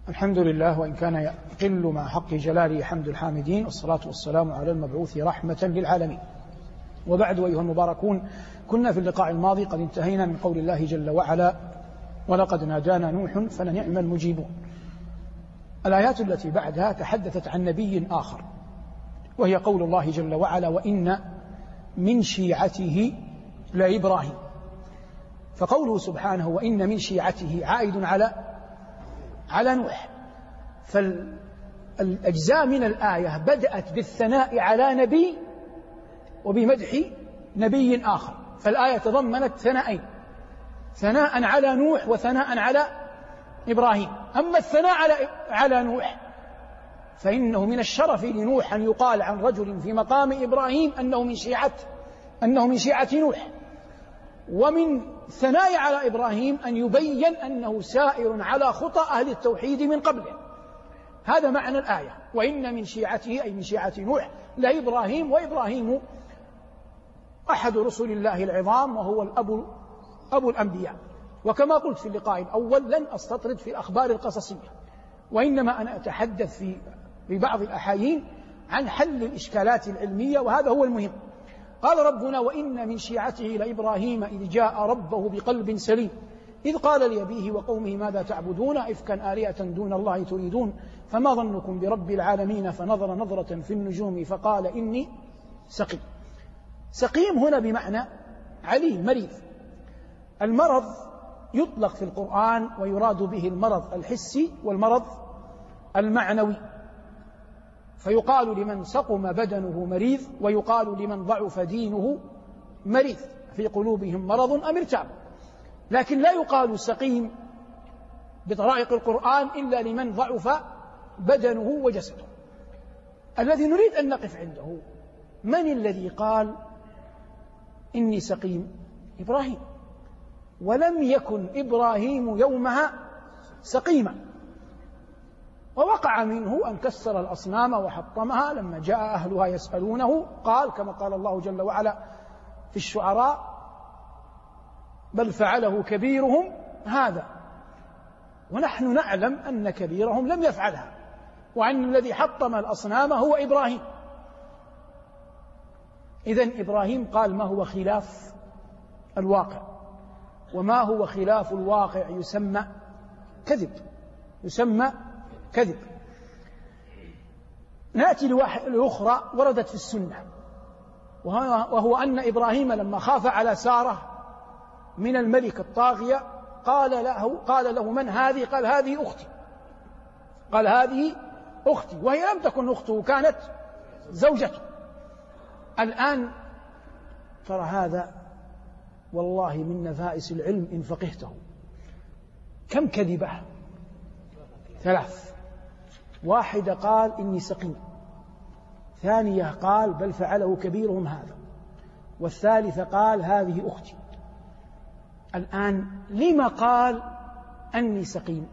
الحمد لله، وإن كان يقل مع حق جلاله حمد الحامدين، والصلاة والسلام على المبعوث رحمة للعالمين. وبعد، أيها المباركون، كنا في اللقاء الماضي قد انتهينا من قول الله جل وعلا: ولقد نادانا نوح فلنعم المجيبون. الآيات التي بعدها تحدثت عن نبي آخر، وهي قول الله جل وعلا: وإن من شيعته لإبراهيم. فقوله سبحانه وإن من شيعته عائد على نوح، فالأجزاء من الآية بدأت بالثناء على نبي وبمدح نبي آخر، فالآية تضمنت ثناءين: ثناء على نوح وثناء على إبراهيم. أما الثناء على نوح فإنه من الشرف لنوح أن يقال عن رجل في مقام إبراهيم أنه من شيعة نوح، ومن ثناء على إبراهيم أن يبين أنه سائر على خطى أهل التوحيد من قبله. هذا معنى الآية: وإن من شيعته، أي من شيعة نوح، لإبراهيم. وإبراهيم أحد رسل الله العظام، وهو أبو الأنبياء. وكما قلت في اللقاء الأول، لن أستطرد في الأخبار القصصية، وإنما أنا أتحدث في بعض الأحايين عن حل الإشكالات العلمية، وهذا هو المهم. قال ربنا: وإن من شيعته لإبراهيم إذ جاء ربه بقلب سليم إذ قال لأبيه وقومه ماذا تعبدون إفكا آلهة دون الله تريدون فما ظنكم برب العالمين فنظر نظرة في النجوم فقال إني سقيم. سقيم هنا بمعنى عليل، مريض. المرض يطلق في القرآن ويراد به المرض الحسي والمرض المعنوي، فيقال لمن سقم بدنه مريض، ويقال لمن ضعف دينه مريض، في قلوبهم مرض أم ارتابوا. لكن لا يقال سقيم بطرائق القرآن إلا لمن ضعف بدنه وجسده. الذي نريد أن نقف عنده: من الذي قال إني سقيم؟ إبراهيم. ولم يكن إبراهيم يومها سقيما، ووقع منه أن كسر الأصنام وحطمها. لما جاء أهلها يسألونه قال كما قال الله جل وعلا في الشعراء: بل فعله كبيرهم هذا. ونحن نعلم أن كبيرهم لم يفعلها، وأن الذي حطم الأصنام هو إبراهيم. إذن إبراهيم قال ما هو خلاف الواقع، وما هو خلاف الواقع يسمى كذب. نأتي لأخرى وردت في السنة، وهو أن إبراهيم لما خاف على سارة من الملك الطاغية قال له من هذه؟ قال هذه أختي، وهي لم تكن أخته، كانت زوجته. الآن ترى هذا والله من نفائس العلم إن فقهته. كم كذبة؟ 3. واحدة قال إني سقيم، ثانية قال بل فعله كبيرهم هذا، والثالثة قال هذه أختي. الآن لما قال أني سقيم؟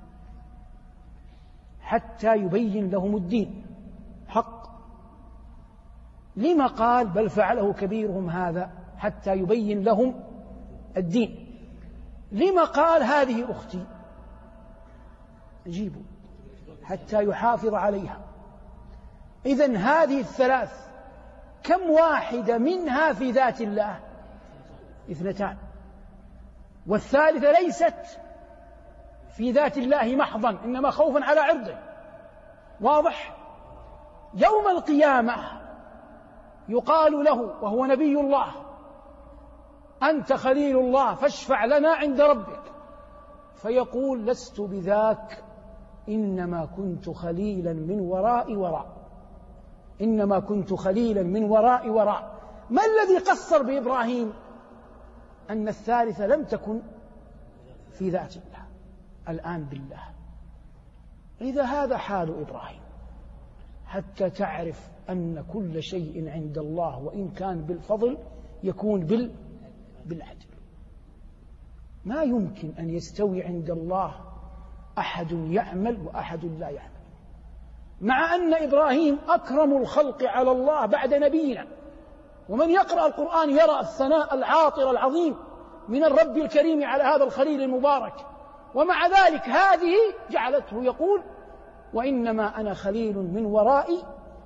حتى يبين لهم الدين حق. لما قال بل فعله كبيرهم هذا؟ حتى يبين لهم الدين. لما قال هذه أختي؟ جيبوا حتى يحافظ عليها. إذن هذه 3 كم واحدة منها في ذات الله؟ 2. والثالثة ليست في ذات الله محضا، إنما خوفا على عرضه. واضح؟ يوم القيامة يقال له وهو نبي الله: أنت خليل الله فاشفع لنا عند ربك. فيقول لست بذاك، إنما كنت خليلا من وراء وراء. ما الذي قصر بإبراهيم؟ أن الثالثة لم تكن في ذات الله، الآن بالله. إذا هذا حال إبراهيم، حتى تعرف أن كل شيء عند الله وإن كان بالفضل يكون بالعدل. ما يمكن أن يستوي عند الله أحد يعمل وأحد لا يعمل، مع أن إبراهيم أكرم الخلق على الله بعد نبينا. ومن يقرأ القرآن يرى الثناء العاطر العظيم من الرب الكريم على هذا الخليل المبارك، ومع ذلك هذه جعلته يقول وإنما أنا خليل من ورائي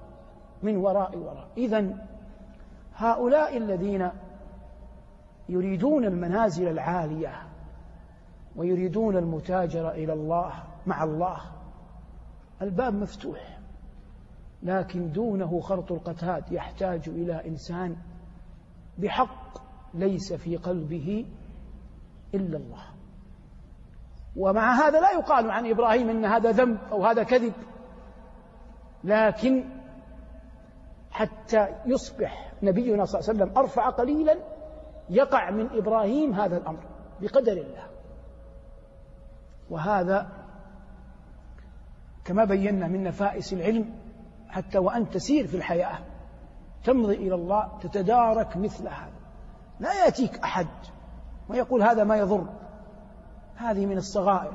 إذن هؤلاء الذين يريدون المنازل العالية ويريدون المتاجرة إلى الله مع الله الباب مفتوح، لكن دونه خرط القتاد يحتاج إلى إنسان بحق ليس في قلبه إلا الله. ومع هذا لا يقال عن إبراهيم إن هذا ذنب أو هذا كذب، لكن حتى يصبح نبينا صلى الله عليه وسلم أرفع قليلا يقع من إبراهيم هذا الأمر بقدر الله. وهذا كما بينا من نفائس العلم، حتى وأن تسير في الحياة تمضي إلى الله تتدارك مثل هذا. لا يأتيك أحد ويقول هذا ما يضر، هذه من الصغائر،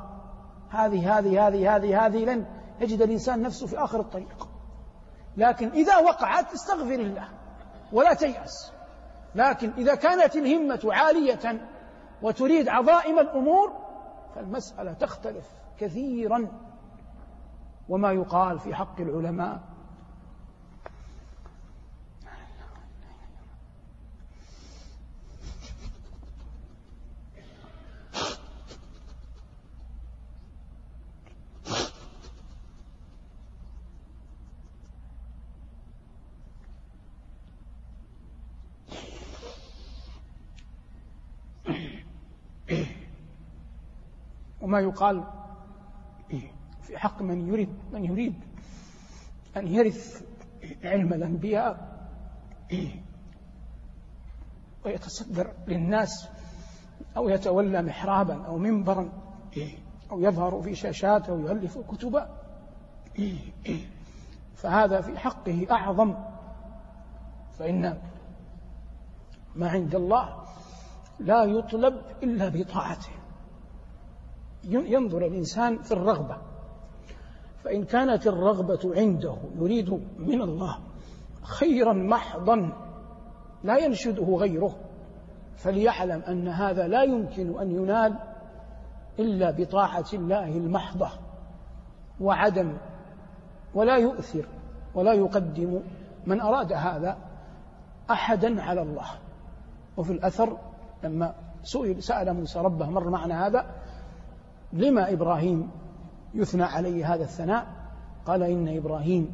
هذه لن يجد الإنسان نفسه في آخر الطريق. لكن إذا وقعت استغفر الله ولا تيأس. لكن إذا كانت الهمة عالية وتريد عظائم الأمور فالمسألة تختلف كثيرا. وما يقال في حق العلماء وما يقال في حق من يريد أن يرث علم الأنبياء ويتصدر للناس أو يتولى محرابا أو منبرا أو يظهر في شاشات أو يؤلف كتبا، فهذا في حقه أعظم. فإن ما عند الله لا يطلب إلا بطاعته. ينظر الإنسان في الرغبة، فإن كانت الرغبة عنده يريد من الله خيرا محضا لا ينشده غيره، فليعلم أن هذا لا يمكن أن ينال إلا بطاعة الله المحضة ولا يؤثر ولا يقدم من أراد هذا أحدا على الله. وفي الأثر لما سأل موسى ربه مر معنا هذا لما إبراهيم يثنى عليه هذا الثناء، قال إن إبراهيم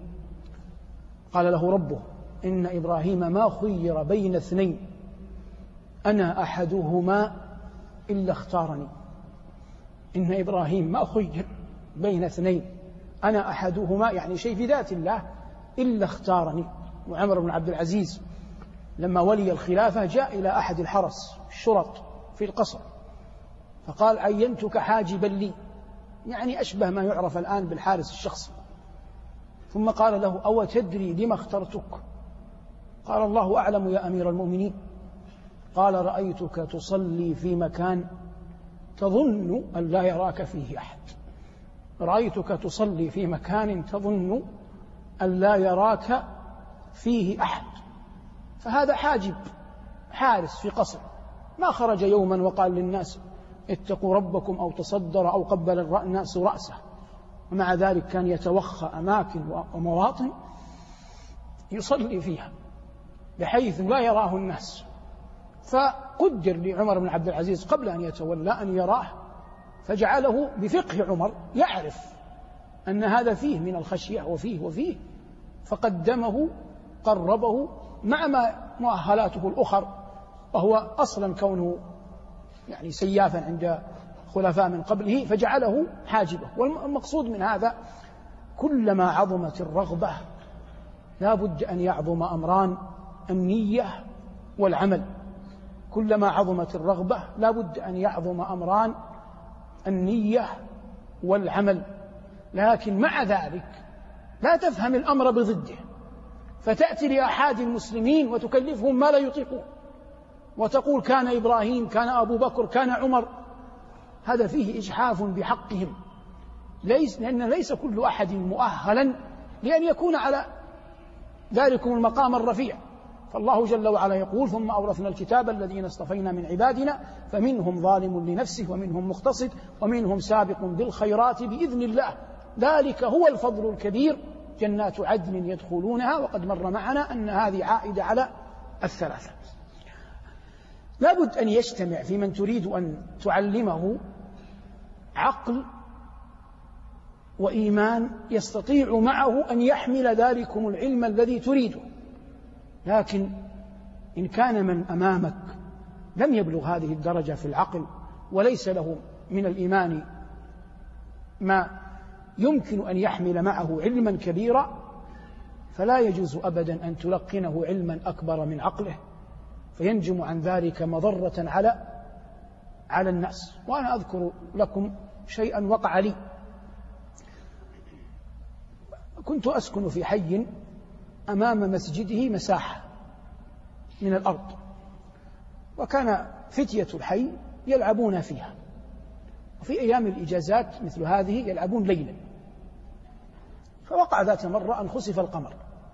قال له ربه إن إبراهيم ما خير بين اثنين أنا أحدهما إلا اختارني. إن إبراهيم ما خير بين اثنين أنا أحدهما، يعني شيء في ذات الله، إلا اختارني. وعمر بن عبد العزيز لما ولي الخلافة جاء إلى أحد الحرس الشرط في القصر فقال عينتك حاجبا لي، يعني أشبه ما يعرف الآن بالحارس الشخصي. ثم قال له أو تدري لما اخترتك؟ قال الله أعلم يا أمير المؤمنين. قال رأيتك تصلي في مكان تظن أن لا يراك فيه أحد، رأيتك تصلي في مكان تظن أن لا يراك فيه أحد. فهذا حاجب حارس في قصر، ما خرج يوما وقال للناس اتقوا ربكم أو تصدر أو قبل الناس رأسه، ومع ذلك كان يتوخى أماكن ومواطن يصلي فيها بحيث لا يراه الناس. فقدر لعمر بن عبد العزيز قبل أن يتولى أن يراه، فجعله بفقه عمر يعرف أن هذا فيه من الخشية وفيه فقدمه قربه مع ما مؤهلاته الأخر، وهو أصلا كونه يعني سيافا عند خلفاء من قبله فجعله حاجبه. والمقصود من هذا كلما عظمت الرغبة لا بد أن يعظم أمران: النية والعمل. كلما عظمت الرغبة لا بد أن يعظم أمران: النية والعمل. لكن مع ذلك لا تفهم الأمر بضده، فتأتي لأحد المسلمين وتكلفهم ما لا يطيقون وتقول كان إبراهيم، كان أبو بكر، كان عمر. هذا فيه إجحاف بحقهم، لأن ليس كل أحد مؤهلا لأن يكون على ذلكم المقام الرفيع. فالله جل وعلا يقول: ثم أورثنا الكتاب الذين اصطفينا من عبادنا فمنهم ظالم لنفسه ومنهم مقتصد ومنهم سابق بالخيرات بإذن الله ذلك هو الفضل الكبير جنات عدن يدخلونها. وقد مر معنا أن هذه عائدة على الثلاثة. لابد أن يجتمع في من تريد أن تعلمه عقل وإيمان يستطيع معه أن يحمل ذلكم العلم الذي تريده. لكن إن كان من أمامك لم يبلغ هذه الدرجة في العقل وليس له من الإيمان ما يمكن أن يحمل معه علما كبيرا، فلا يجوز أبدا أن تلقنه علما أكبر من عقله فينجم عن ذلك مضرة على الناس. وأنا أذكر لكم شيئا وقع لي. كنت أسكن في حي أمام مسجده مساحة من الأرض، وكان فتية الحي يلعبون فيها، وفي أيام الإجازات مثل هذه يلعبون ليلا. فوقع ذات مرة أن خسف القمر،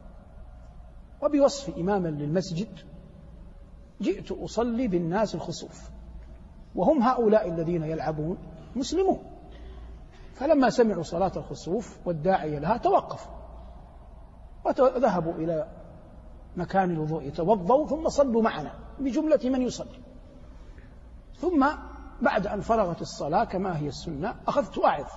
وبوصف إماما للمسجد جئت أصلي بالناس الخسوف، وهم هؤلاء الذين يلعبون مسلمون. فلما سمعوا صلاة الخسوف والداعي لها توقفوا وذهبوا إلى مكان الوضوء يتوضوا، ثم صلوا معنا بجملة من يصلي. ثم بعد أن فرغت الصلاة كما هي السنة أخذت أعظ،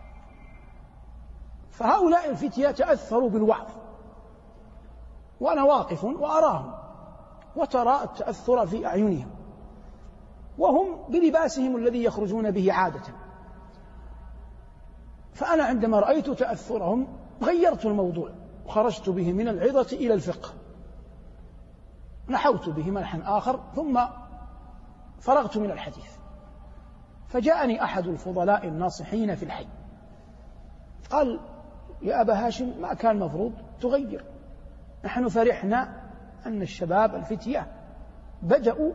فهؤلاء الفتية تأثروا بالوعظ وأنا واقف وأراهم، وترى التأثر في أعينهم وهم بلباسهم الذي يخرجون به عادة. فأنا عندما رأيت تأثرهم غيرت الموضوع وخرجت به من العظة إلى الفقه، نحوت به منحا آخر ثم فرغت من الحديث. فجاءني أحد الفضلاء الناصحين في الحي قال: يا أبا هاشم، ما كان مفروض تغير، نحن فرحنا أن الشباب الفتية بدأوا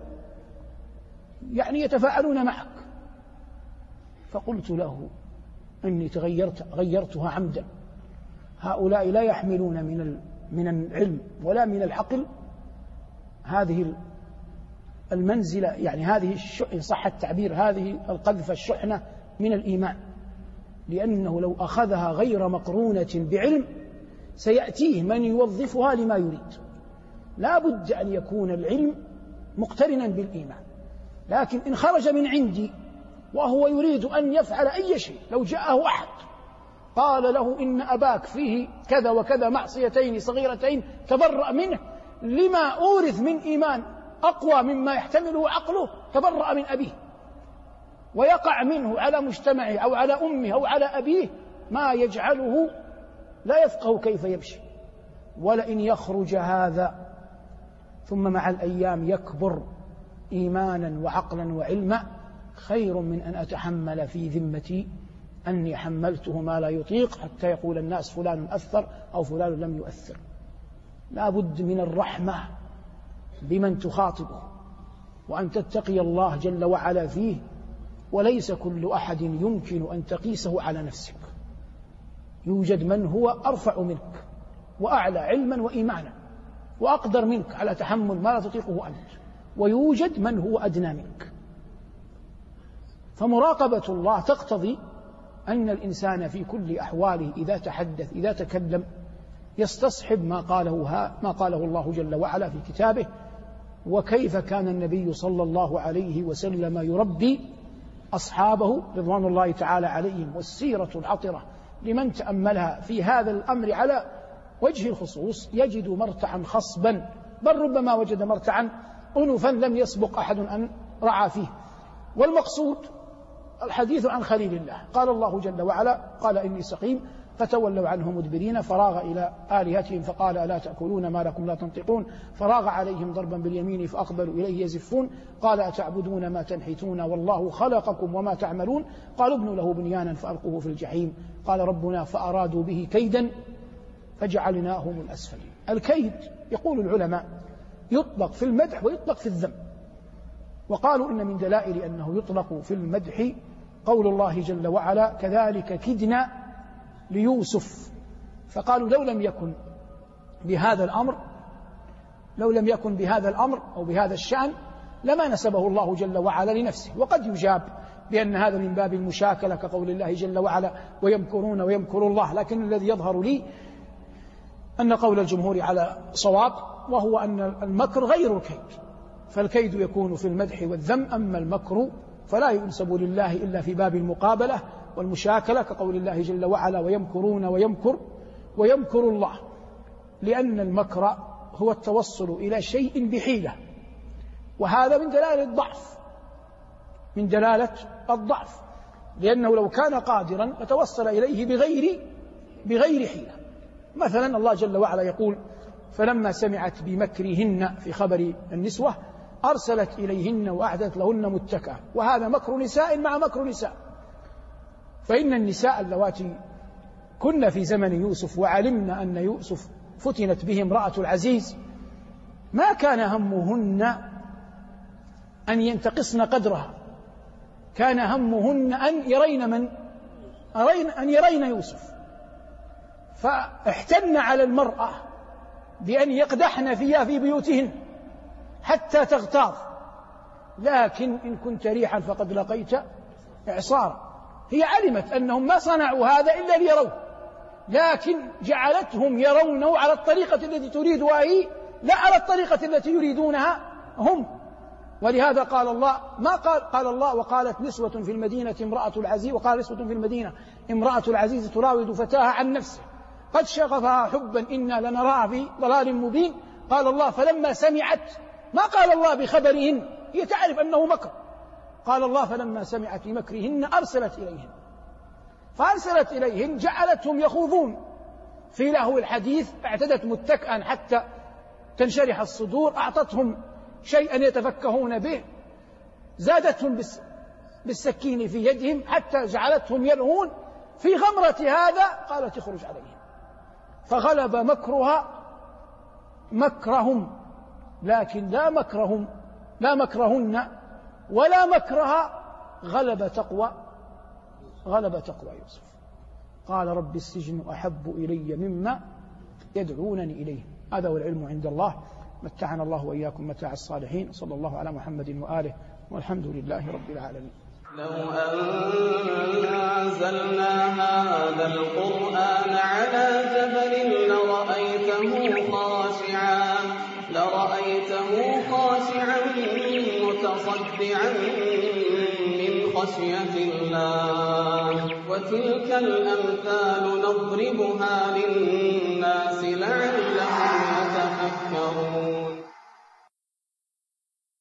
يتفاعلون معك. فقلت له إني غيرتها عمدا، هؤلاء لا يحملون من العلم ولا من العقل هذه المنزلة، هذه إن صح التعبير هذه القذفة الشحنة من الإيمان، لأنه لو أخذها غير مقرونة بعلم سيأتيه من يوظفها لما يريد. لا بد أن يكون العلم مقترنا بالإيمان. لكن إن خرج من عندي وهو يريد أن يفعل أي شيء، لو جاءه أحد قال له إن أباك فيه كذا وكذا معصيتين صغيرتين تبرأ منه، لما أورث من إيمان أقوى مما يحتمله عقله، تبرأ من أبيه، ويقع منه على مجتمعه أو على أمه أو على أبيه ما يجعله لا يفقه كيف يمشي. ولئن يخرج هذا ثم مع الأيام يكبر إيمانا وعقلا وعلما خير من أن أتحمل في ذمتي أني حملته ما لا يطيق حتى يقول الناس فلان أثر أو فلان لم يؤثر. لا بد من الرحمة بمن تخاطبه، وأن تتقي الله جل وعلا فيه، وليس كل أحد يمكن أن تقيسه على نفسك. يوجد من هو أرفع منك وأعلى علما وإيمانا وأقدر منك على تحمل ما لا تطيقه أنت، ويوجد من هو أدنى منك. فمراقبة الله تقتضي أن الإنسان في كل أحواله إذا تحدث إذا تكلم يستصحب ما قاله الله جل وعلا في كتابه، وكيف كان النبي صلى الله عليه وسلم يربي أصحابه رضوان الله تعالى عليهم. والسيرة العطرة لمن تأملها في هذا الأمر على وجه الخصوص يجد مرتعا خصبا، بل ربما وجد مرتعا أنفا لم يسبق أحد أن رعى فيه. والمقصود الحديث عن خليل الله. قال الله جل وعلا: قال إني سقيم فتولوا عنه مدبرين فراغ إلى آلهتهم فقال ألا تأكلون ما لكم لا تنطقون فراغ عليهم ضربا باليمين فأقبلوا إليه يزفون قال أتعبدون ما تنحتون والله خلقكم وما تعملون قالوا ابنوا له بنيانا فألقوه في الجحيم قال ربنا فأرادوا به كيدا فجعلناهم الأسفلين. الكيد يقول العلماء يطلق في المدح ويطلق في الذم، وقالوا إن من دلائل أنه يطلق في المدح قول الله جل وعلا: كذلك كدنا ليوسف. فقالوا لو لم يكن بهذا الأمر لو لم يكن بهذا الأمر أو بهذا الشأن لما نسبه الله جل وعلا لنفسه. وقد يجاب بأن هذا من باب المشاكلة كقول الله جل وعلا ويمكرون ويمكر الله، لكن الذي يظهر لي أن قول الجمهور على صواب، وهو أن المكر غير الكيد، فالكيد يكون في المدح والذم، أما المكر فلا ينسب لله إلا في باب المقابلة والمشاكلة كقول الله جل وعلا ويمكرون ويمكر الله، لأن المكر هو التوصل إلى شيء بحيلة، وهذا من دلالة الضعف، لأنه لو كان قادرا لتوصل إليه بغير حيلة. مثلا الله جل وعلا يقول فلما سمعت بمكرهن في خبر النسوة أرسلت إليهن وأعدت لهن متكئا، وهذا مكر نساء مع مكر نساء. فإن النساء اللواتي كن في زمن يوسف وعلمن أن يوسف فتنت به امرأة العزيز ما كان همهن أن ينتقصن قدرها، كان همهن أن يرين يوسف، فاحتن على المرأة بأن يقدحن فيها في بيوتهن حتى تغتاظ، لكن إن كنت ريحا فقد لقيت إعصارا. هي علمت أنهم ما صنعوا هذا إلا ليروه، لكن جعلتهم يرونه على الطريقة التي تريدها هي، لا على الطريقة التي يريدونها هم. ولهذا قال الله قال الله وقالت نسوة في المدينة امرأة العزيز، وقال نسوة في المدينة امرأة العزيز تراود فتاها عن نفسه قد شغفها حبا إنا لنراها في ضلال مبين. قال الله فلما سمعت، ما قال الله بخبرهن، هي تعرف أنه مكر، قال الله فلما سمعت بمكرهن أرسلت إليهن، فأرسلت إليهن جعلتهم يخوضون في لهو الحديث، اعتدت متكئا حتى تنشرح الصدور، أعطتهم شيئا يتفكهون به، زادتهم بالسكين في يدهم حتى جعلتهم يلهون في غمرة هذا، قالت اخرج عليهم، فغلب مكرها مكرهم، لكن لا مكرهن ولا مكرها غلب تقوى يوسف. قال رب السجن أحب إلي مما يدعونني إليه. هذا هو العلم عند الله. متعنا الله وإياكم متاع الصالحين. صلى الله على محمد وآله، والحمد لله رب العالمين. لو أنزلنا هذا القرآن على جبل لرأيته خاشعا متصدعا من خشية الله. وتلك الأمثال نضربها للناس لعلهم